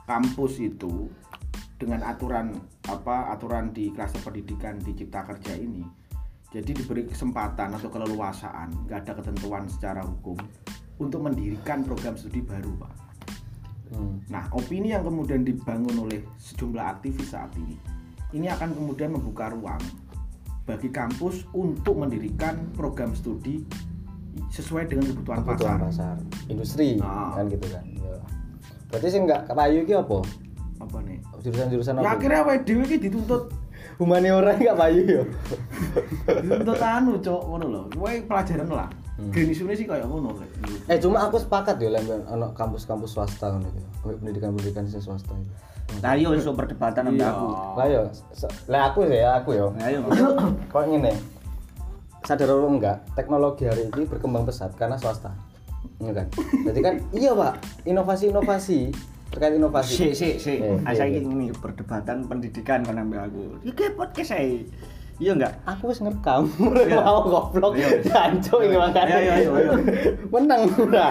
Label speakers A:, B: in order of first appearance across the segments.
A: kampus itu dengan aturan di klaster pendidikan di Cipta Kerja ini, jadi diberi kesempatan atau keleluasaan, nggak ada ketentuan secara hukum untuk mendirikan program studi baru, Pak. Nah, opini yang kemudian dibangun oleh sejumlah aktivis saat ini akan kemudian membuka ruang bagi kampus untuk mendirikan program studi sesuai dengan kebutuhan pasar.
B: Industri kan gitu kan. Ya. Berarti sih enggak kayu iki apa?
A: Apa nih?
B: Jurusan-jurusan apa?
A: Ya akhirnya awake dhewe iki dituntut
B: humaniora enggak payu yo.
A: dituntut cok ngono lho. Kowe pelajaran lah. Green issue sih kayak ngono lho.
B: Cuma aku sepakat yo lek ono kampus-kampus swasta ngono iki. Pendidikan sing swasta iki.
C: Lah yo iso perdebatan ambek aku.
B: Lah yo, aku yo.
C: Ayo.
B: Kok ngene. Sadar atau enggak, teknologi hari ini berkembang pesat karena swasta. Iya kan? Jadi kan iya, Pak. Inovasi-inovasi terkait inovasi.
C: Sik. Saiki ini perdebatan pendidikan kan ambek aku. Iki podcast ae. Iya enggak?
B: Aku wis ngerekam. Mau goblok. Jancuk iki makane.
C: Ayo.
B: Menang ora.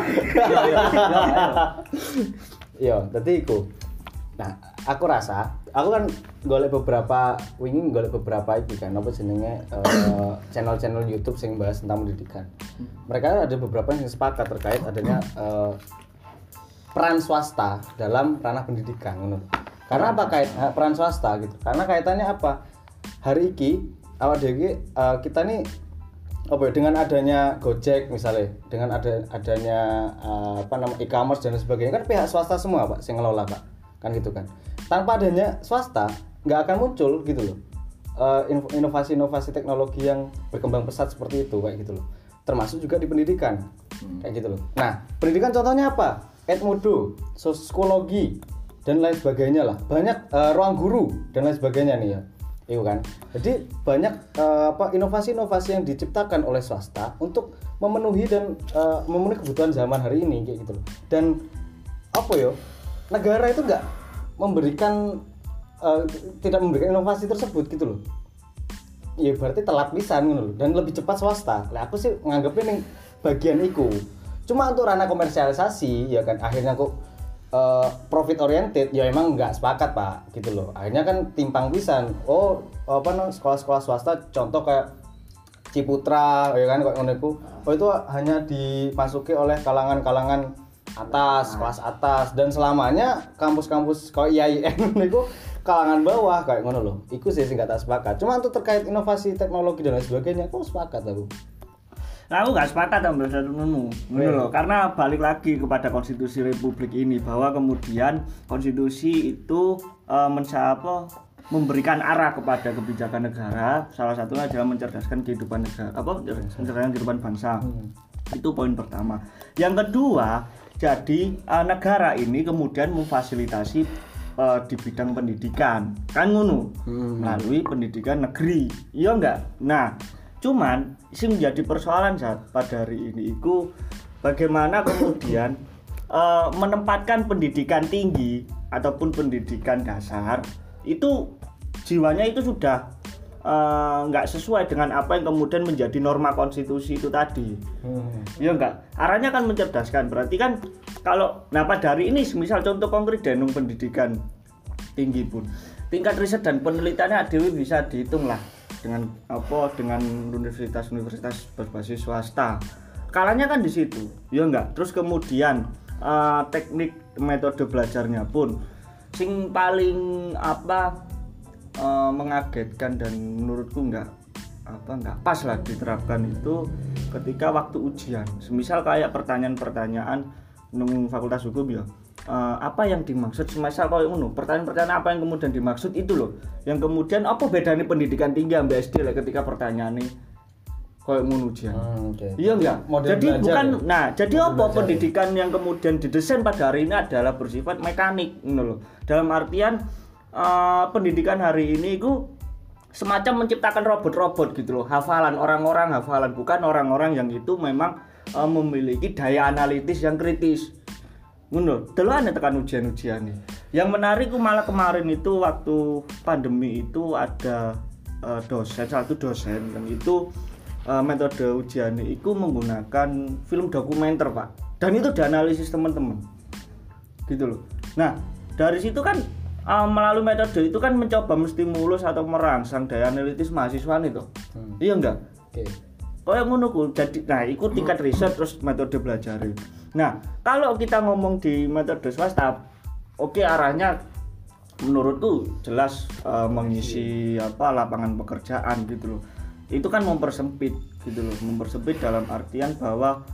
C: Yo.
B: Iya, dadi iku. Nah, aku kan golek beberapa iki kan apa jenenge channel-channel YouTube sing bahas tentang pendidikan. Mereka ada beberapa yang sepakat terkait adanya peran swasta dalam ranah pendidikan ngono. Karena apa peran swasta gitu? Karena kaitannya apa? Hari iki awak dhewe kita nih dengan adanya Gojek misalnya, dengan adanya e-commerce dan sebagainya kan pihak swasta semua, Pak, sing ngelola, Pak. Kan gitu kan. Tanpa adanya swasta nggak akan muncul gitu loh inovasi-inovasi teknologi yang berkembang pesat seperti itu kayak gitu loh, termasuk juga di pendidikan kayak gitu loh. Nah, pendidikan contohnya apa? Edmodo, psikologi dan lain sebagainya lah, banyak ruang guru dan lain sebagainya nih ya, itu kan. Jadi banyak inovasi-inovasi yang diciptakan oleh swasta untuk memenuhi kebutuhan zaman hari ini kayak gitu loh. Dan negara itu nggak tidak memberikan inovasi tersebut gitu loh. Ya berarti telat pisan gitu loh, dan lebih cepat swasta. Lah aku sih nganggepnya nih bagian iku. Cuma untuk ranah komersialisasi ya kan akhirnya kok profit oriented ya emang nggak sepakat, Pak, gitu loh. Akhirnya kan timpang pisan. Sekolah-sekolah swasta contoh kayak Ciputra ya kan kayak ngono iku. Itu hanya dimasuki oleh kalangan-kalangan atas, kelas atas, dan selamanya kampus-kampus kayak IAIN itu kalangan bawah kayak ngono loh. Iku sih enggak tak sepakat. Cuma untuk terkait inovasi teknologi dan lain sebagainya aku sepakat aku.
C: Nah, aku enggak sepakat sama ngono loh. Karena balik lagi kepada konstitusi Republik ini bahwa kemudian konstitusi itu memberikan arah kepada kebijakan negara. Salah satunya adalah mencerdaskan kehidupan negara, mencerdaskan kehidupan bangsa. Itu poin pertama. Yang kedua, jadi negara ini kemudian memfasilitasi di bidang pendidikan kan ngono melalui pendidikan negeri, iya enggak? Nah, cuman sih menjadi persoalan saat pada hari ini itu bagaimana kemudian menempatkan pendidikan tinggi ataupun pendidikan dasar itu jiwanya itu sudah nggak sesuai dengan apa yang kemudian menjadi norma konstitusi itu tadi. Ya enggak, arahnya kan mencerdaskan. Berarti kan kalau pada hari ini misal contoh konkret denung pendidikan tinggi pun tingkat riset dan penelitiannya dewi bisa dihitung lah dengan universitas berbasis swasta. Kalanya kan di situ. Ya enggak. Terus kemudian teknik metode belajarnya pun sing paling mengagetkan dan menurutku enggak pas lah diterapkan itu ketika waktu ujian. Semisal kayak pertanyaan-pertanyaan nang Fakultas Hukum ya. Apa yang dimaksud semisal kayak ngono, pertanyaan-pertanyaan apa yang kemudian dimaksud itu loh. Yang kemudian apa bedanya pendidikan tinggi sampai SD lah ketika pertanyaannya kayak ngono ujian. Iya enggak? Jadi bukan jadi apa pendidikan yang kemudian didesain pada hari ini adalah bersifat mekanik ngono loh. Dalam artian pendidikan hari ini itu semacam menciptakan robot-robot gitu loh, hafalan bukan orang-orang yang itu memang memiliki daya analitis yang kritis. Ngono, delane tekan ujian-ujian nih. Yang menarik malah kemarin itu waktu pandemi itu ada satu dosen yang itu metode ujiannya itu menggunakan film dokumenter, Pak. Dan itu dianalisis teman-teman. Gitu loh. Nah, dari situ kan melalui metode itu kan mencoba menstimulus atau merangsang daya analitis mahasiswa nih toh. Iya enggak?
B: Oke.
C: Kayak ngono ku. Jadi nah ikut tingkat riset terus metode belajar. Nah, kalau kita ngomong di metode swasta, oke arahnya menurutku jelas mengisi lapangan pekerjaan gitu loh. Itu kan mempersempit gitu loh. Mempersempit dalam artian bahwa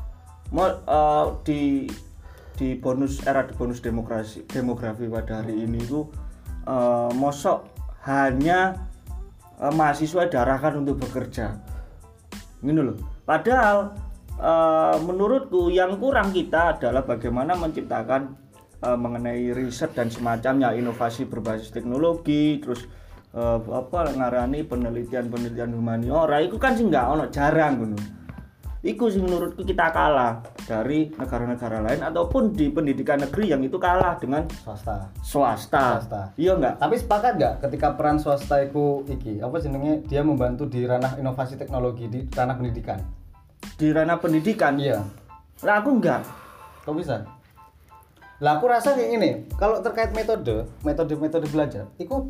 C: di bonus demografi pada hari ini itu mosok hanya mahasiswa diarahkan untuk bekerja gini loh. Padahal menurutku yang kurang kita adalah bagaimana menciptakan mengenai riset dan semacamnya, inovasi berbasis teknologi, terus ngarani penelitian humaniora itu kan sih nggak ono, jarang gitu. Iku sih menurutku kita kalah dari negara-negara lain ataupun di pendidikan negeri yang itu kalah dengan swasta. Iya enggak?
B: Tapi sepakat enggak ketika peran swasta itu dia membantu di ranah inovasi teknologi di ranah pendidikan?
C: Di ranah pendidikan?
B: Iya.
C: Lah aku enggak.
B: Kok bisa? Lah aku rasa kayak ini, kalau terkait metode belajar,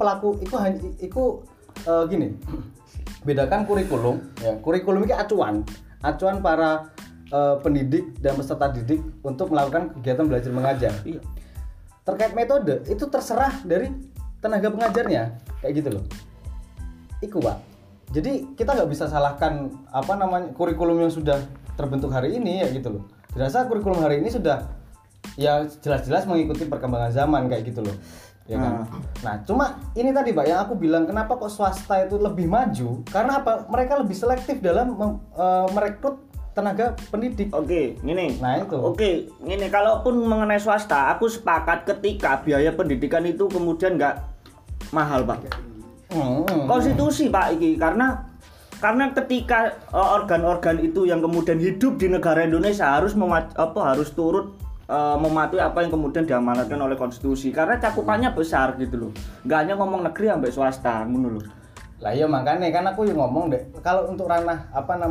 B: gini. Bedakan kurikulum, ya. Kurikulum ini acuan para pendidik dan peserta didik untuk melakukan kegiatan belajar mengajar.
C: Iya.
B: Terkait metode itu terserah dari tenaga pengajarnya, kayak gitu loh. Iku Pak. Jadi kita nggak bisa salahkan kurikulum yang sudah terbentuk hari ini ya gitu loh. Dirasa kurikulum hari ini sudah ya jelas-jelas mengikuti perkembangan zaman kayak gitu loh. Ya kan? Nah, cuma ini tadi Pak yang aku bilang kenapa kok swasta itu lebih maju? Karena apa? Mereka lebih selektif dalam merekrut tenaga pendidik.
C: Oke, gini.
B: Nah, itu.
C: Oke, gini, kalaupun mengenai swasta, aku sepakat ketika biaya pendidikan itu kemudian nggak mahal, Pak. Konstitusi, Pak, iki karena ketika organ-organ itu yang kemudian hidup di negara Indonesia harus turut mematuhi apa yang kemudian diamanatkan oleh konstitusi karena cakupannya besar gitu loh. Nggak hanya ngomong negeri sampai swasta ngono loh.
B: Lah iya makanya kan aku yang ngomong deh kalau untuk ranah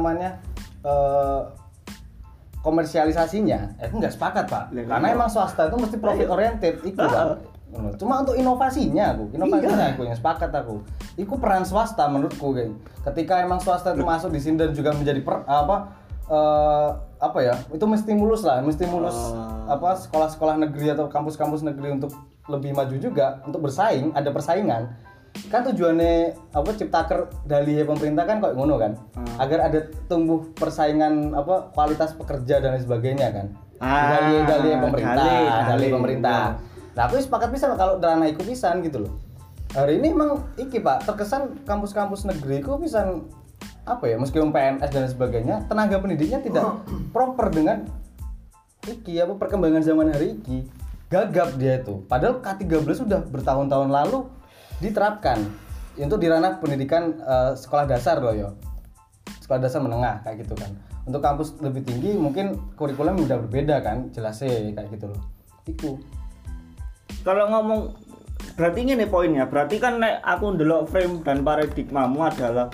B: komersialisasinya aku nggak sepakat Pak. Karena emang swasta itu mesti profit oriented itu Pak. Cuma untuk inovasinya aku yang sepakat aku. Itu peran swasta menurutku kayak. Ketika emang swasta itu masuk di sini dan juga menjadi itu menstimulus sekolah-sekolah negeri atau kampus-kampus negeri untuk lebih maju juga untuk bersaing, ada persaingan kan tujuannya ciptaker dari pemerintah kan kok ngono kan agar ada tumbuh persaingan kualitas pekerja dan lain sebagainya kan gali pemerintah. Nah aku sepakat bisa kalau dana iku pisan gitu loh. Hari ini emang Pak terkesan kampus-kampus negeri iku pisan meskipun PNS dan sebagainya tenaga pendidiknya tidak proper dengan perkembangan zaman hari ini gagap dia itu padahal K13 sudah bertahun-tahun lalu diterapkan untuk di ranah pendidikan sekolah dasar loh ya sekolah dasar menengah kayak gitu kan untuk kampus lebih tinggi mungkin kurikulum udah berbeda kan jelasnya kayak gitu loh itu
C: kalau ngomong berarti ini poinnya berarti kan aku ndelok frame dan paradigmamu adalah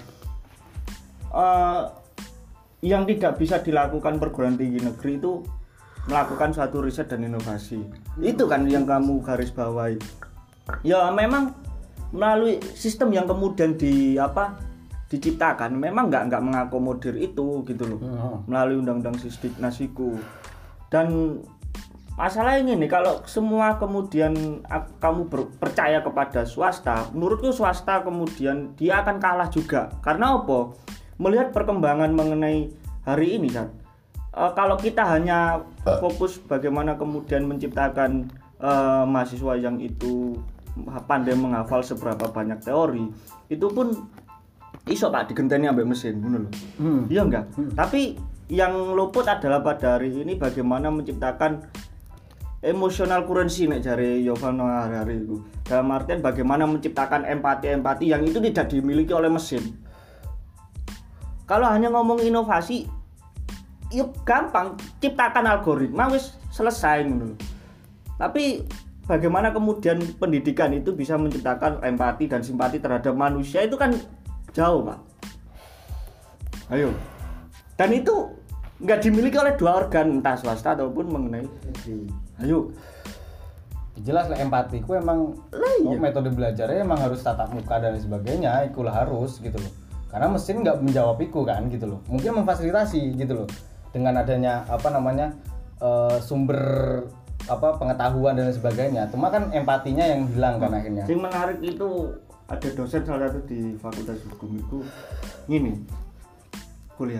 C: yang tidak bisa dilakukan perguruan tinggi negeri itu melakukan suatu riset dan inovasi. Itu kan yang kamu garis bawahi. Ya memang melalui sistem yang kemudian diciptakan memang nggak mengakomodir itu gitu loh. Melalui undang-undang Sisdiknas itu. Dan masalah ini nih kalau semua kemudian kamu percaya kepada swasta, menurutku swasta kemudian dia akan kalah juga. Karena apa? Melihat perkembangan mengenai hari ini kan kalau kita hanya fokus bagaimana kemudian menciptakan mahasiswa yang itu pandai menghafal seberapa banyak teori itu pun iso Pak digenteni ambek mesin ngono lho. Iya enggak? Tapi yang luput adalah pada hari ini bagaimana menciptakan emotional currency nek jare Yuval Noah Harari itu. Dalam artian bagaimana menciptakan empati yang itu tidak dimiliki oleh mesin. Kalau hanya ngomong inovasi, yuk gampang, ciptakan algoritma wis selesai gitu. Tapi bagaimana kemudian pendidikan itu bisa menciptakan empati dan simpati terhadap manusia itu kan jauh Pak. Ayo. Dan itu nggak dimiliki oleh dua organ entah swasta ataupun mengenai. Ayo.
B: Jelas lah empati ku emang metode belajarnya emang harus tatap muka dan sebagainya, ikulah harus gitu loh. Karena mesin nggak menjawab iku kan gitu loh. Mungkin memfasilitasi gitu loh. Dengan adanya sumber pengetahuan dan sebagainya. Cuma kan empatinya yang hilang kan akhirnya.
C: Yang menarik itu ada dosen salah satu di Fakultas Hukum itu gini kuliah.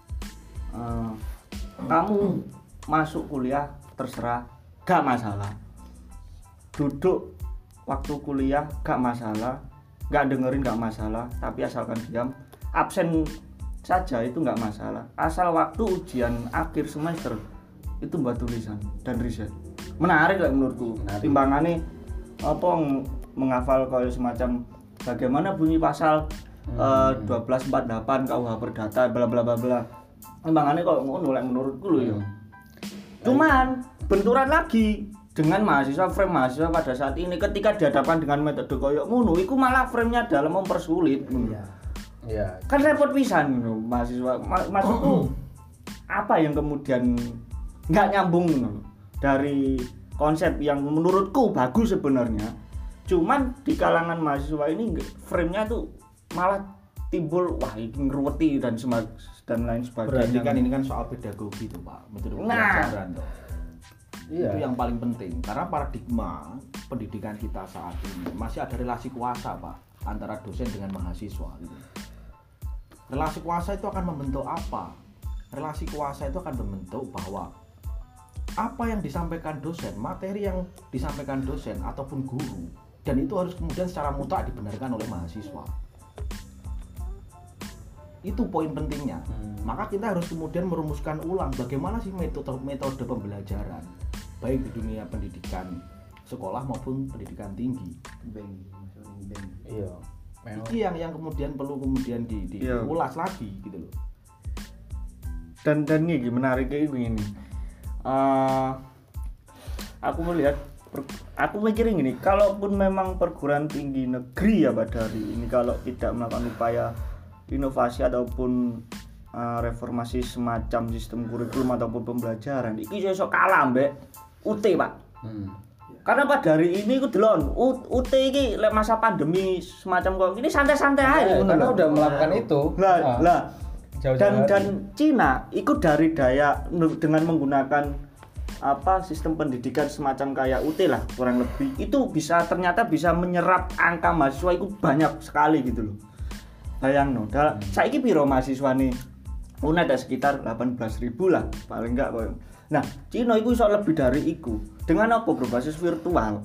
C: Kamu masuk kuliah terserah, gak masalah. Duduk waktu kuliah gak masalah, gak dengerin gak masalah, tapi asalkan diam. Absen saja itu gak masalah, asal waktu ujian akhir semester itu buat tulisan dan riset. Menarik lah menurutku. Timbangannya menghafal kayak semacam bagaimana bunyi pasal 1248 KUH Perdata bla bla bla bla. Timbangannya kok ngono lek menurutku lho ya. Cuman benturan lagi dengan frame mahasiswa pada saat ini ketika dihadapkan dengan metode koyo ngono iku malah frame-nya dalam mempersulit.
B: Iya.
C: Kan repot pisan ngono mahasiswa. Maksudku apa yang kemudian nggak nyambung ngono dari konsep yang menurutku bagus sebenarnya. Cuman di kalangan mahasiswa ini frame-nya tuh malah timbul wah ini ngeruweti dan lain sebagainya.
A: Berarti kan ini kan soal pedagogi tuh Pak, metode pembelajaran tuh.
B: Iya.
A: Itu yang paling penting karena paradigma pendidikan kita saat ini masih ada relasi kuasa Pak antara dosen dengan mahasiswa gitu. Relasi kuasa itu akan membentuk apa? Relasi kuasa itu akan membentuk bahwa apa yang disampaikan dosen, materi yang disampaikan dosen ataupun guru, dan itu harus kemudian secara mutlak dibenarkan oleh mahasiswa. Itu poin pentingnya. Maka kita harus kemudian merumuskan ulang bagaimana sih metode pembelajaran baik di dunia pendidikan sekolah maupun pendidikan tinggi.
B: Iya.
A: Ini yang kemudian perlu kemudian diulas lagi gitu loh.
C: Dan ini menarik kayak gini. Aku melihat, aku mikirin gini, kalaupun memang perguruan tinggi negeri ya pada hari ini kalau tidak melakukan upaya inovasi ataupun reformasi semacam sistem kurikulum ataupun pembelajaran, iki iso kalah mbek UT Pak. Karena pada hari ini aku delon UT iki lek masa pandemi semacam kok ini santai-santai aja
B: karena udah melakukan itu.
C: Lah dan Cina ikut dari daya dengan menggunakan sistem pendidikan semacam kayak UT lah kurang lebih itu ternyata bisa menyerap angka mahasiswa itu banyak sekali gitu loh. Bayangno, saiki piro mahasiswa nih? Ada sekitar 18.000 lah paling enggak koyo. Nah, Cina itu iso lebih dari itu. Dengan apa berbasis virtual.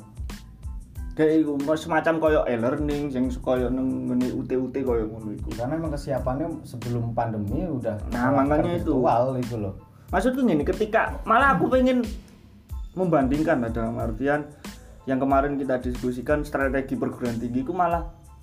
C: Kayak iku semacam koyo e-learning sing koyo ngene UT koyo ngono iku.
B: Karena memang kesiapannya sebelum pandemi udah
C: makanya
B: virtual itu loh.
C: Maksudku gini, ketika malah aku pengen membandingkan dalam artian yang kemarin kita diskusikan strategi perguruan tinggi itu malah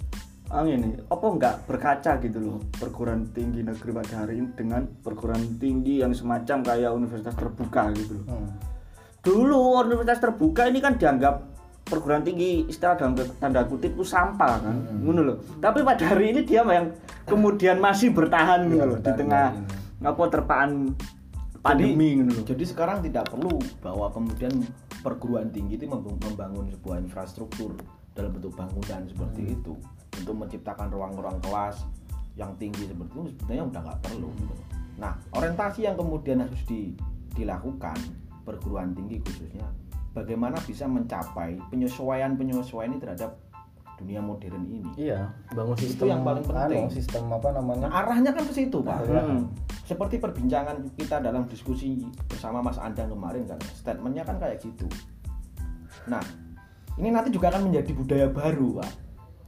C: ini apa enggak berkaca gitu loh perguruan tinggi negeri pada hari ini dengan perguruan tinggi yang semacam kayak universitas terbuka gitu loh. Dulu universitas terbuka ini kan dianggap perguruan tinggi istilah dalam tanda kutip itu sampah kan, ngono loh. Tapi pada hari ini dia yang kemudian masih bertahan gitu loh di tengah terpaan pandemi gitu loh.
A: Jadi sekarang tidak perlu bahwa kemudian perguruan tinggi itu membangun sebuah infrastruktur dalam bentuk bangunan seperti itu untuk menciptakan ruang-ruang kelas yang tinggi seperti itu sebenarnya udah nggak perlu gitu. Nah, orientasi yang kemudian harus dilakukan perguruan tinggi khususnya bagaimana bisa mencapai penyesuaian ini terhadap dunia modern ini.
B: Iya, bangun sistem
A: itu yang paling penting.
B: Sistem apa namanya?
A: Nah, arahnya kan ke situ, Pak. Seperti perbincangan kita dalam diskusi bersama Mas Andang kemarin kan, statementnya kan kayak gitu. Nah, ini nanti juga akan menjadi budaya baru, Pak.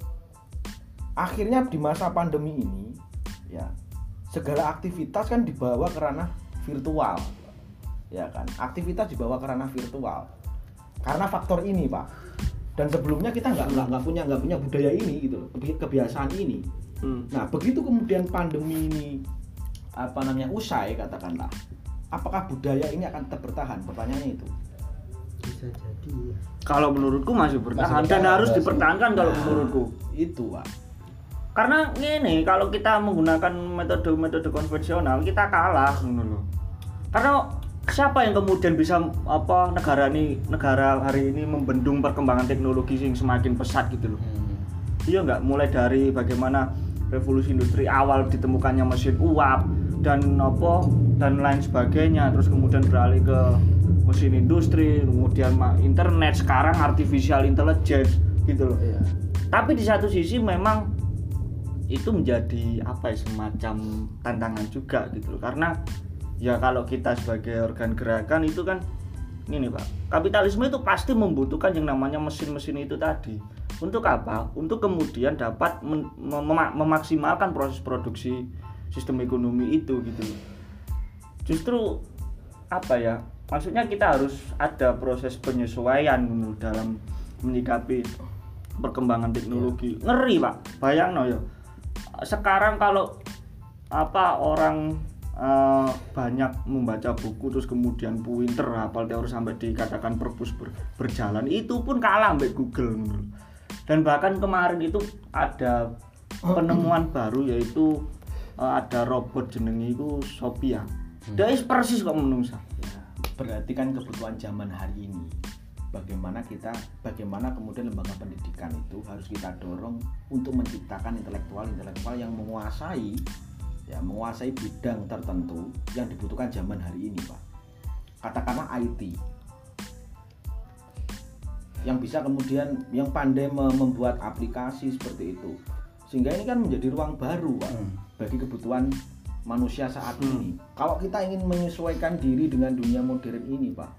A: Akhirnya di masa pandemi ini, ya segala aktivitas kan dibawa ke ranah virtual, ya kan? Aktivitas dibawa ke ranah virtual. Karena faktor ini, Pak. Dan sebelumnya kita nggak punya budaya ini gitu loh, kebiasaan ini. Nah, begitu kemudian pandemi ini usai katakanlah, apakah budaya ini akan tetap bertahan? Pertanyaannya itu.
D: Bisa jadi.
C: Kalau menurutku masih bertahan dan harus dipertahankan kalau menurutku.
A: Itu, Pak.
C: Karena ini kalau kita menggunakan metode konvensional kita kalah ngono loh. Karena siapa yang kemudian bisa negara hari ini membendung perkembangan teknologi yang semakin pesat gitu loh. Iya nggak, mulai dari bagaimana revolusi industri awal ditemukannya mesin uap dan lain sebagainya, terus kemudian beralih ke mesin industri, kemudian internet, sekarang artificial intelligence gitu loh.
B: Iya.
C: Tapi di satu sisi memang itu menjadi semacam tantangan juga gitu loh, karena ya kalau kita sebagai organ gerakan itu kan ini Pak, kapitalisme itu pasti membutuhkan yang namanya mesin-mesin itu tadi. Untuk apa? Untuk kemudian dapat memaksimalkan proses produksi sistem ekonomi itu gitu. Justru maksudnya kita harus ada proses penyesuaian dalam menyikapi perkembangan teknologi. Ngeri Pak, bayangno ya. Sekarang kalau orang banyak membaca buku terus kemudian pinter hafal teori sampai dikatakan perpus berjalan, itu pun kalah sampai Google. Dan bahkan kemarin itu ada penemuan baru, yaitu ada robot jenenge itu Sophia. Dia persis kok menungsa.
A: Ya, berarti kan kebutuhan zaman hari ini. Bagaimana kemudian lembaga pendidikan itu harus kita dorong untuk menciptakan intelektual yang menguasai bidang tertentu yang dibutuhkan zaman hari ini, Pak. Katakanlah IT. Yang bisa kemudian yang pandai membuat aplikasi seperti itu. Sehingga ini kan menjadi ruang baru, Pak, bagi kebutuhan manusia saat ini. Kalau kita ingin menyesuaikan diri dengan dunia modern ini, Pak.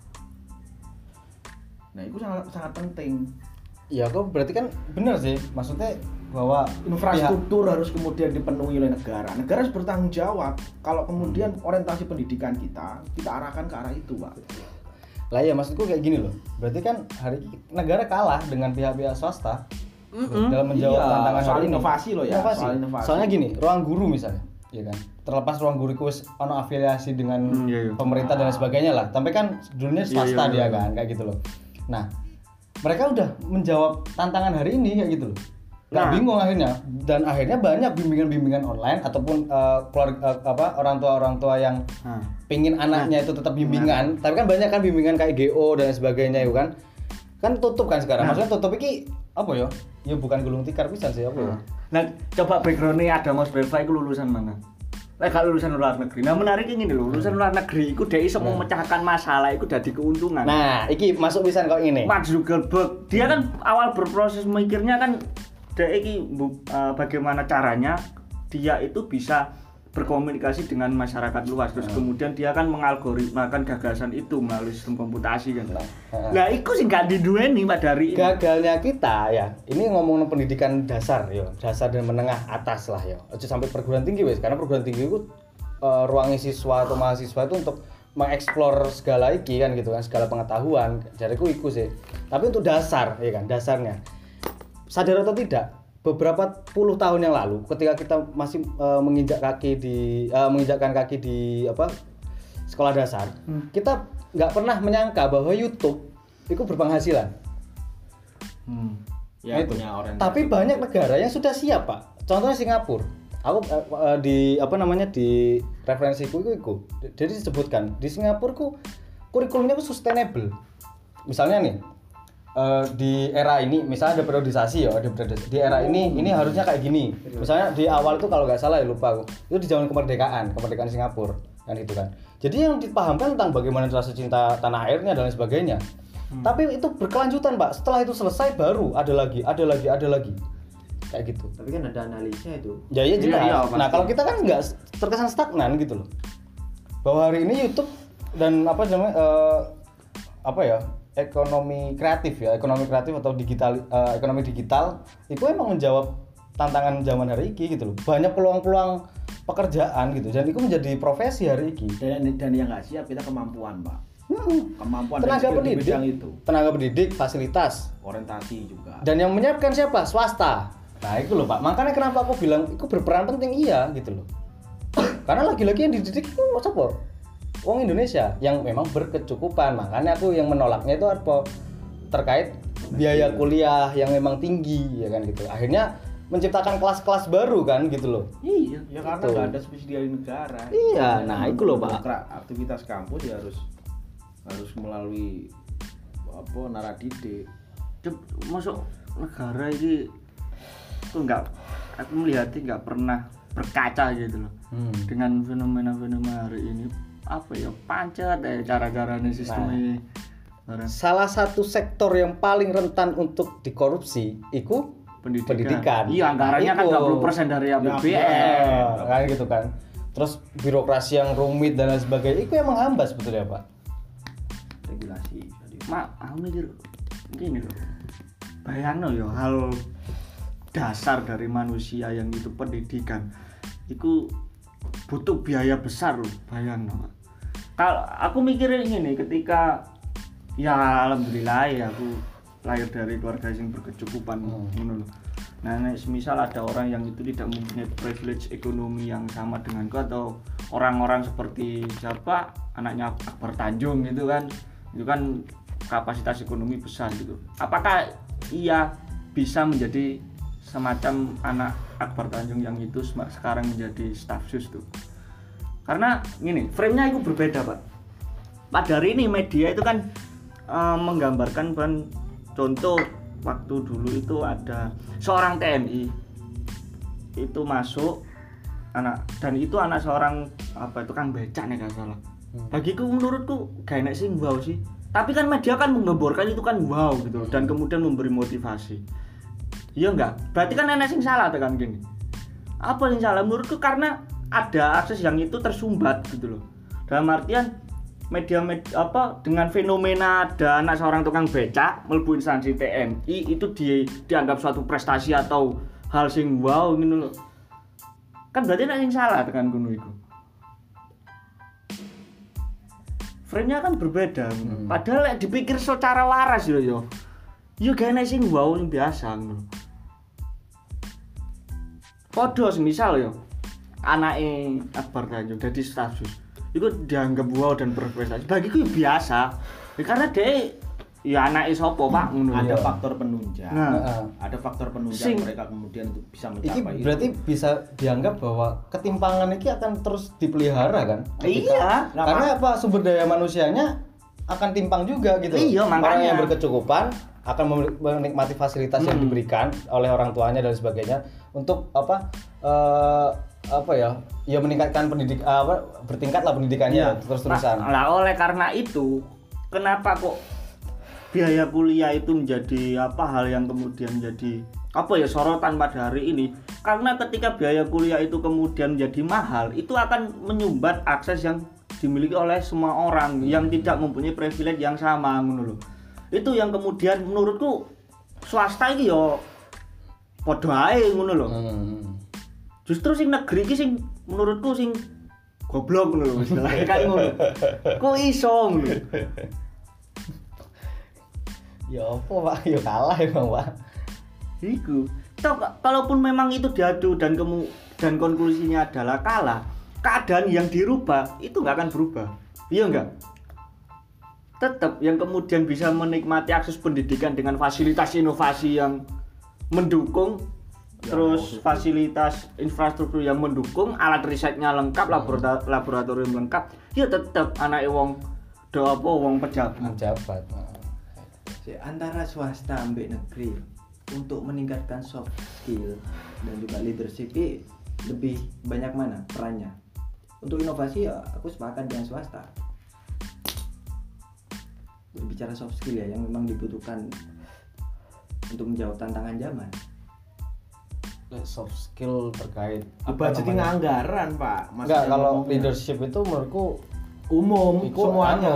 A: Nah, itu sangat penting.
B: Ya, kok berarti kan benar sih. Maksudnya bahwa
A: infrastruktur harus kemudian dipenuhi oleh negara. Negara harus bertanggung jawab kalau kemudian orientasi pendidikan kita arahkan ke arah itu, Pak.
B: Lah ya, maksudku kayak gini loh. Berarti kan hari negara kalah dengan pihak-pihak swasta dalam menjawab tantangan
A: soal
B: hari ini.
A: Inovasi loh ya, soal inovasi.
B: Soalnya gini, ruang guru misalnya, ya kan. Terlepas ruang guru itu ono afiliasi dengan pemerintah dan sebagainya lah. Tapi kan dulunya swasta dia kan, kayak gitu loh. Nah, mereka udah menjawab tantangan hari ini kayak gitu loh. Nggak bingung akhirnya, dan akhirnya banyak bimbingan-bimbingan online ataupun orang tua yang pingin anaknya itu tetap bimbingan, tapi kan banyak kan bimbingan kayak GO dan sebagainya itu kan tutup kan sekarang. Maksudnya tutup iki apa ya? Ya bukan gulung tikar pisan sih apa ya.
C: Nah, coba background-nya ada Mas Belva itu lulusan mana? Kalau lulusan luar negeri. Nah, menariknya gini loh, lulusan luar negeri itu dia iso memecahkan masalah itu dari keuntungan.
B: Nah, iki masuk pisan kok ini.
C: Mark Zuckerberg, dia kan awal berproses mikirnya kan dia iki bagaimana caranya dia itu bisa berkomunikasi dengan masyarakat luas, terus kemudian dia kan mengalgoritmakan gagasan itu melalui sistem komputasi kan. Nah, itu sih nggak didueni Pak dari ini.
B: Gagalnya kita ya, ini ngomong pendidikan dasar yo, dasar dan menengah atas lah yo. Aja sampai perguruan tinggi wes, karena perguruan tinggi itu ruangnya siswa atau mahasiswa itu untuk mengeksplor segala iki kan gitu kan, segala pengetahuan. Jariku iku sih. Tapi untuk dasar ya kan, dasarnya. Sadar atau tidak, beberapa puluh tahun yang lalu ketika kita masih menginjakkan kaki di sekolah dasar, kita nggak pernah menyangka bahwa YouTube itu berpenghasilan.
A: Ya,
B: itu.
A: punya orientasi.
B: Tapi banyak negara yang sudah siap, Pak. Contohnya Singapura. Aku di referensiku itu. Jadi disebutkan di Singapura kurikulumnya sustainable. Misalnya nih, di era ini misalnya ada periodisasi ya, di era ini harusnya kayak gini. Misalnya di awal itu kalau nggak salah ya, lupa aku, itu di zaman kemerdekaan Singapura kan gitu kan. Jadi yang dipahamkan tentang bagaimana rasa cinta tanah airnya dan lain sebagainya. Tapi itu berkelanjutan, Pak. Setelah itu selesai baru ada lagi kayak gitu.
D: Tapi kan ada analisa itu.
B: Ya iya jelas.
C: Iya,
B: nah, kalau kita kan nggak terkesan stagnan gitu loh. Bahwa hari ini YouTube dan ekonomi kreatif atau ekonomi digital itu emang menjawab tantangan zaman hari ini gitu loh. Banyak peluang-peluang pekerjaan gitu, dan itu menjadi profesi hari ini.
A: Dan yang nggak siap kita kemampuan, Pak. Kemampuan
B: tenaga
A: dan
B: pendidik,
A: bidang itu.
B: Tenaga pendidik, fasilitas,
A: orientasi juga.
B: dan yang menyiapkan siapa? Swasta. Nah itu loh, Pak. Makanya kenapa aku bilang itu berperan penting, iya gitu loh. Karena lagi-lagi yang dididik itu siapa? Wong Indonesia yang memang berkecukupan. Makanya aku yang menolaknya itu apa? Terkait biaya kuliah yang memang tinggi ya kan gitu. Akhirnya menciptakan kelas-kelas baru kan gitu loh.
A: Iya, ya karena
B: gitu.
A: nggak ada subsidi dari negara.
B: Iya, nah itu loh, Pak.
A: Aktivitas kampus ya harus harus melalui apa naradidik.
C: Masuk negara ini tuh aku melihatnya nggak pernah berkaca gitu loh dengan fenomena hari ini. Apa ya, pancet cara-caranya sistemnya.
B: Salah satu sektor yang paling rentan untuk dikorupsi itu pendidikan.
C: Iya, anggarannya kan 20% dari APBN.
B: Kan gitu kan. Terus birokrasi yang rumit dan lain sebagainya itu yang menghambat sebetulnya, Pak.
A: Regulasi.
C: Aku mikir gini loh. Bayangno ya hal dasar dari manusia yang itu pendidikan. Itu butuh biaya besar loh, bayangno. Kalau aku mikirin gini, ketika ya alhamdulillah ya aku lahir dari keluarga yang berkecukupan ngono loh. Nah, misal ada orang yang itu tidak mempunyai privilege ekonomi yang sama denganku, atau orang-orang seperti siapa anaknya Akbar Tanjung gitu kan, itu kan kapasitas ekonomi besar gitu. Apakah ia bisa menjadi semacam anak Akbar Tanjung yang itu sekarang menjadi staf sus tuh? Karena gini, frame-nya itu berbeda, Pak. Pada hari ini media itu kan menggambarkan contoh waktu dulu itu ada seorang TNI itu masuk dan itu anak seorang tukang becak nih kan salah. Bagiku menurutku gak enak sih wow sih. Tapi kan media kan menggambarkan itu kan wow gitu dan kemudian memberi motivasi. Iya enggak? Berarti kan enak sing salah tekan gini. Apa yang salah menurutku? Karena ada akses yang itu tersumbat gitu loh. Dalam artian media dengan fenomena ada anak seorang tukang becak mlebu instansi TNI itu dianggap suatu prestasi atau hal sing wow gitu loh. Kan berarti nek sing salah tekan ngono iku. Frame-nya kan berbeda. Padahal dipikir secara waras yo. Yo gak enak sing wow sing biasa ngono. Padha semisal yo anake Akbar Tanjung dadi staf sus. Itu dianggap wow dan berprestasi. Bagiku biasa. Ya, karena dia ya anake sapa Pak ngono.
A: Ada faktor penunjang. Ada faktor penunjang mereka kemudian untuk bisa mencapai
B: itu. Berarti bisa dianggap bahwa ketimpangan ini akan terus dipelihara kan?
C: Iya.
B: Karena apa, sumber daya manusianya akan timpang juga gitu.
C: Iya, makanya.
B: Orang yang berkecukupan akan menikmati fasilitas yang diberikan oleh orang tuanya dan sebagainya untuk meningkatkan bertingkatlah pendidikannya terus-terusan.
C: Lah oleh karena itu kenapa kok biaya kuliah itu menjadi hal yang kemudian jadi sorotan pada hari ini? Karena ketika biaya kuliah itu kemudian menjadi mahal, itu akan menyumbat akses yang dimiliki oleh semua orang yang tidak mempunyai privilege yang sama ngono lho. Itu yang kemudian menurutku swasta iki yo padha ae ngono lho. Justru sing negeri iki sing menurutku sing goblok ngono lho istilahnya kan ngono. Kok iso ngono.
B: Ya apa Pak, ya kalah emang Pak.
C: Iku. Kalaupun memang itu diadu dan konklusinya adalah kalah, keadaan yang dirubah itu nggak akan berubah. Iya enggak? Tetap yang kemudian bisa menikmati akses pendidikan dengan fasilitas inovasi yang mendukung, terus fasilitas infrastruktur yang mendukung, alat risetnya lengkap, laboratorium lengkap, ya tetap anak wong pejabat.
D: Antara swasta ambek negeri untuk meningkatkan soft skill dan juga leadership lebih banyak mana perannya? Untuk inovasi ya aku sepakat dengan swasta. Berbicara soft skill ya yang memang dibutuhkan untuk menjawab tantangan zaman.
B: Soft skill terkait
A: budgeting anggaran Pak.
B: Enggak, kalau leadership itu menurutku
A: umum semuanya.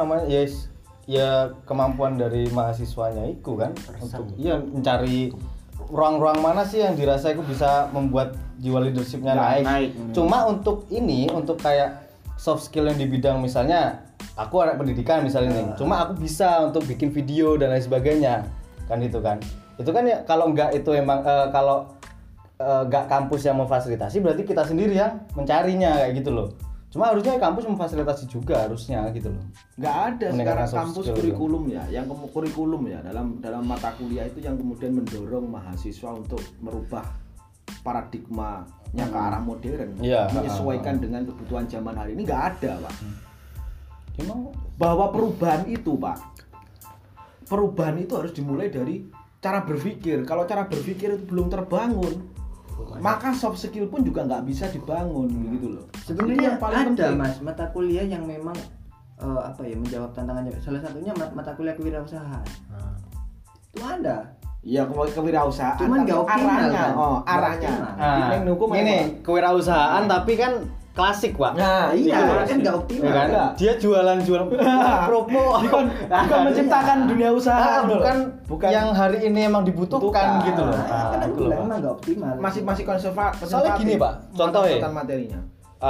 B: Ya kemampuan dari mahasiswanya itu kan untuk mencari ruang-ruang mana sih yang dirasa itu bisa membuat jiwa leadershipnya naik. Cuma untuk kayak soft skill yang di bidang misalnya aku anak pendidikan misalnya nih, cuma aku bisa untuk bikin video dan lain sebagainya kan itu kan ya kalau enggak itu emang kalau enggak kampus yang memfasilitasi berarti kita sendiri yang mencarinya kayak gitu loh. Cuma harusnya kampus memfasilitasi juga harusnya gitu loh.
A: Nggak ada sekarang kampus kurikulum ya, yang kurikulum ya dalam mata kuliah itu yang kemudian mendorong mahasiswa untuk merubah paradigmanya ke arah modern, menyesuaikan dengan kebutuhan zaman hari ini nggak ada Pak.
B: Emang
A: bahwa perubahan itu Pak, perubahan itu harus dimulai dari cara berpikir. Kalau cara berpikir itu belum terbangun, maka soft skill pun juga nggak bisa dibangun gitu loh. Itu
D: Sebenarnya
A: yang paling
D: ada
A: penting.
D: Mas mata kuliah yang memang menjawab tantangannya. Salah satunya mata kuliah kewirausahaan. Itu ada.
A: Iya, kewirausahaan.
D: Cuman
A: tapi
D: nggak optimal,
A: arahnya,
D: kan?
A: arahnya.
D: Nggak
A: Ini hukum
B: ini
A: apa?
B: kewirausahaan tapi kan klasik, Pak.
A: Nah,
D: Iya,
A: itu.
D: kan nggak optimal.
B: Ya kan?
A: Enggak.
B: Dia jualan promo.
A: Bukan menciptakan dunia usaha,
B: bukan yang hari ini emang dibutuhkan
A: Bukan.
B: gitu loh.
D: Kan
B: Itu loh, Pak.
D: emang nggak optimal.
A: Masih konservatif.
B: Soalnya gini, Pak, contoh ya.
A: Materinya.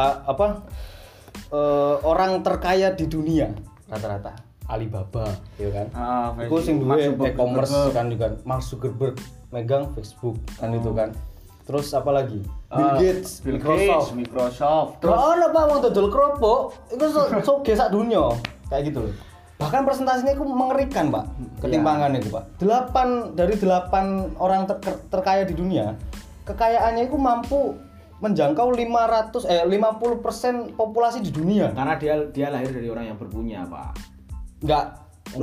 B: Orang terkaya di dunia rata-rata Alibaba, ya kan? Iku sing duwe e-commerce kan juga Mark Zuckerberg megang Facebook kan itu kan. Terus apa lagi? Bill Gates,
C: Microsoft.
B: Terus ono Pak wong dodol kerupuk, iku soge sak dunia. Kayak gitu loh. Bahkan presentasinya itu mengerikan, Pak. Ketimpangan itu, Pak. 8 dari 8 orang terkaya di dunia, kekayaannya itu mampu menjangkau 50% populasi di dunia.
A: Karena dia lahir dari orang yang berpunya, Pak.
B: Enggak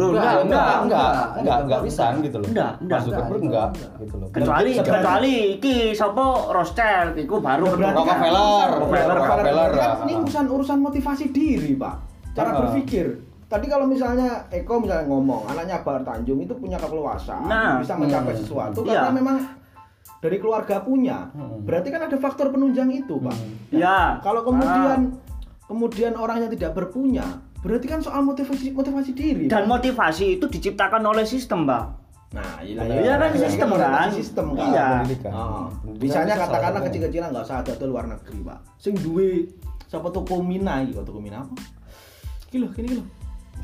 B: bisa gitu loh.
C: Enggak.
B: Mark Zuckerberg enggak gitu loh.
C: Kecuali iki sapa Rothschild iku baru
A: Berarti kan
B: Rockefeller.
A: Ini urusan motivasi diri, Pak. Cara berpikir. Tadi kalau misalnya Eko misalnya ngomong, anaknya Bahar Tanjung itu punya keluasan, bisa mencapai sesuatu karena memang dari keluarga punya. Berarti kan ada faktor penunjang itu, Pak.
C: Ya.
A: Kalau kemudian orang yang tidak berpunya, berarti kan soal motivasi diri.
C: Dan motivasi itu diciptakan oleh sistem, Pak.
A: Nah,
C: Iya kan sistem kan?
A: Sistem kan.
C: Iya.
B: Pendidikan.
A: Misalnya
B: Pendidikan
A: katakanlah
B: salah
A: kecil-kecilan nggak usah ada tuh luar negeri, Pak. Sing duwe sapa toko Mina iki, toko Mina apa? Iki lho, kene iki lho.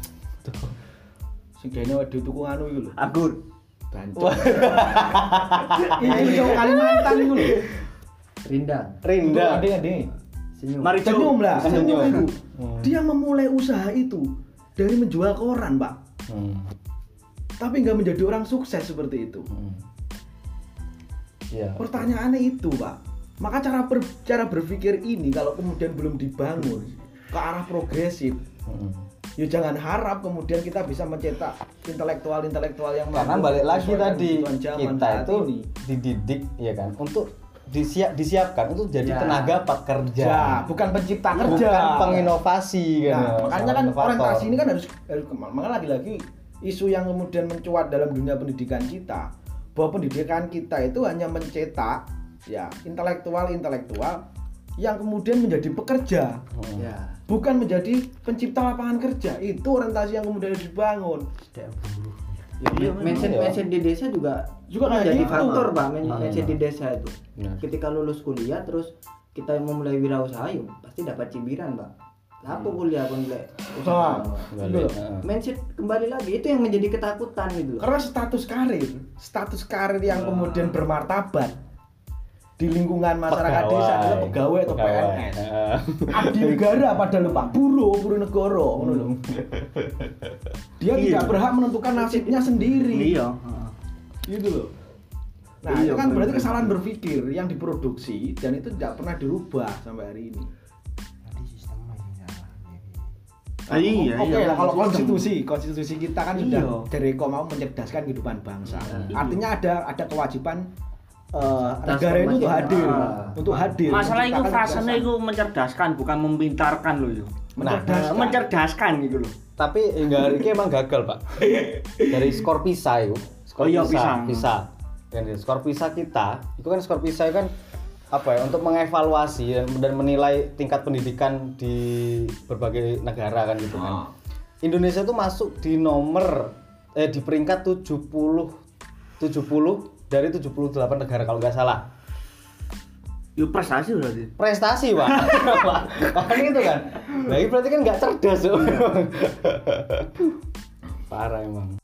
A: Sing kene wedi tuku anu iki lho.
C: Anggur.
A: Bancok. Ini lho Kalimantan iku lho.
D: Rinda.
A: Ade.
D: Senyum.
C: Mari
A: Senyum lah,
B: Senyum.
A: senyum itu. Dia memulai usaha itu dari menjual koran, Pak. Tapi nggak menjadi orang sukses seperti itu.
B: Iya.
A: Pertanyaannya itu, Pak. Maka cara berpikir ini kalau kemudian belum dibangun ke arah progresif, ya jangan harap kemudian kita bisa mencetak intelektual yang
B: Karena
A: mampu
B: balik lagi
A: menyesuaikan
B: tadi
A: kebutuhan zaman
B: kita
A: saat
B: itu
A: ini.
B: dididik ya kan untuk disiapkan untuk jadi
A: Ya.
B: tenaga pekerja,
A: Ya, bukan pencipta kerja,
B: bukan penginovasi kan.
A: Nah, makanya kan
B: Inovator.
A: orientasi ini kan harus makanya lagi-lagi isu yang kemudian mencuat dalam dunia pendidikan kita, bahwa pendidikan kita itu hanya mencetak ya intelektual yang kemudian menjadi pekerja,
D: Ya.
A: bukan menjadi pencipta lapangan kerja. Itu orientasi yang kemudian harus dibangun.
D: Mention di desa juga
A: kayak
D: menjadi
A: gitu.
D: faktor, Pak. Mention di desa itu.
B: Benar.
D: Ketika lulus kuliah terus kita memulai wirausaha, yuk pasti dapat cibiran, Pak. Apa kuliah kon lek
A: Usaha.
D: usaha.
A: Gitu loh.
D: Mindset kembali lagi itu yang menjadi ketakutan gitu loh.
A: Karena status karir yang kemudian bermartabat di lingkungan masyarakat desa adalah pegawai atau PNS. Abdi negara padahal Pak, buruh negara ngono lho. Dia tidak berhak menentukan nasibnya sendiri.
C: Iya.
A: Gitu loh. Nah,
C: Iya,
A: itu kan berarti
C: bener.
A: kesalahan berpikir yang diproduksi dan itu tidak pernah dirubah sampai hari ini.
C: Iya.
A: Oke lah, kalau konstitusi kita kan sudah
C: Iya.
A: dari mau mencerdaskan kehidupan bangsa. Artinya ada kewajiban negara
D: Transformasi.
A: itu untuk hadir,
D: Ah.
A: untuk hadir.
C: Masalah itu
A: menciptakan
C: frasanya
A: kebiasaan.
C: itu mencerdaskan bukan memintarkan loh yo.
A: Mencerdaskan.
C: Mencerdaskan gitu loh.
B: Tapi hingga hari ini emang gagal, Pak. Dari skor PISA itu, skor
C: Oh iya,
B: PISA. Dan skor PISA kita, itu kan skor PISA kan apa ya, untuk mengevaluasi dan menilai tingkat pendidikan di berbagai negara kan gitu kan. Indonesia itu masuk di di peringkat 70 dari 78 negara kalau nggak salah.
C: Yo prestasi berarti.
B: Prestasi, Pak. Makanya itu kan. Nah, ini berarti kan nggak cerdas, tuh. Parah emang.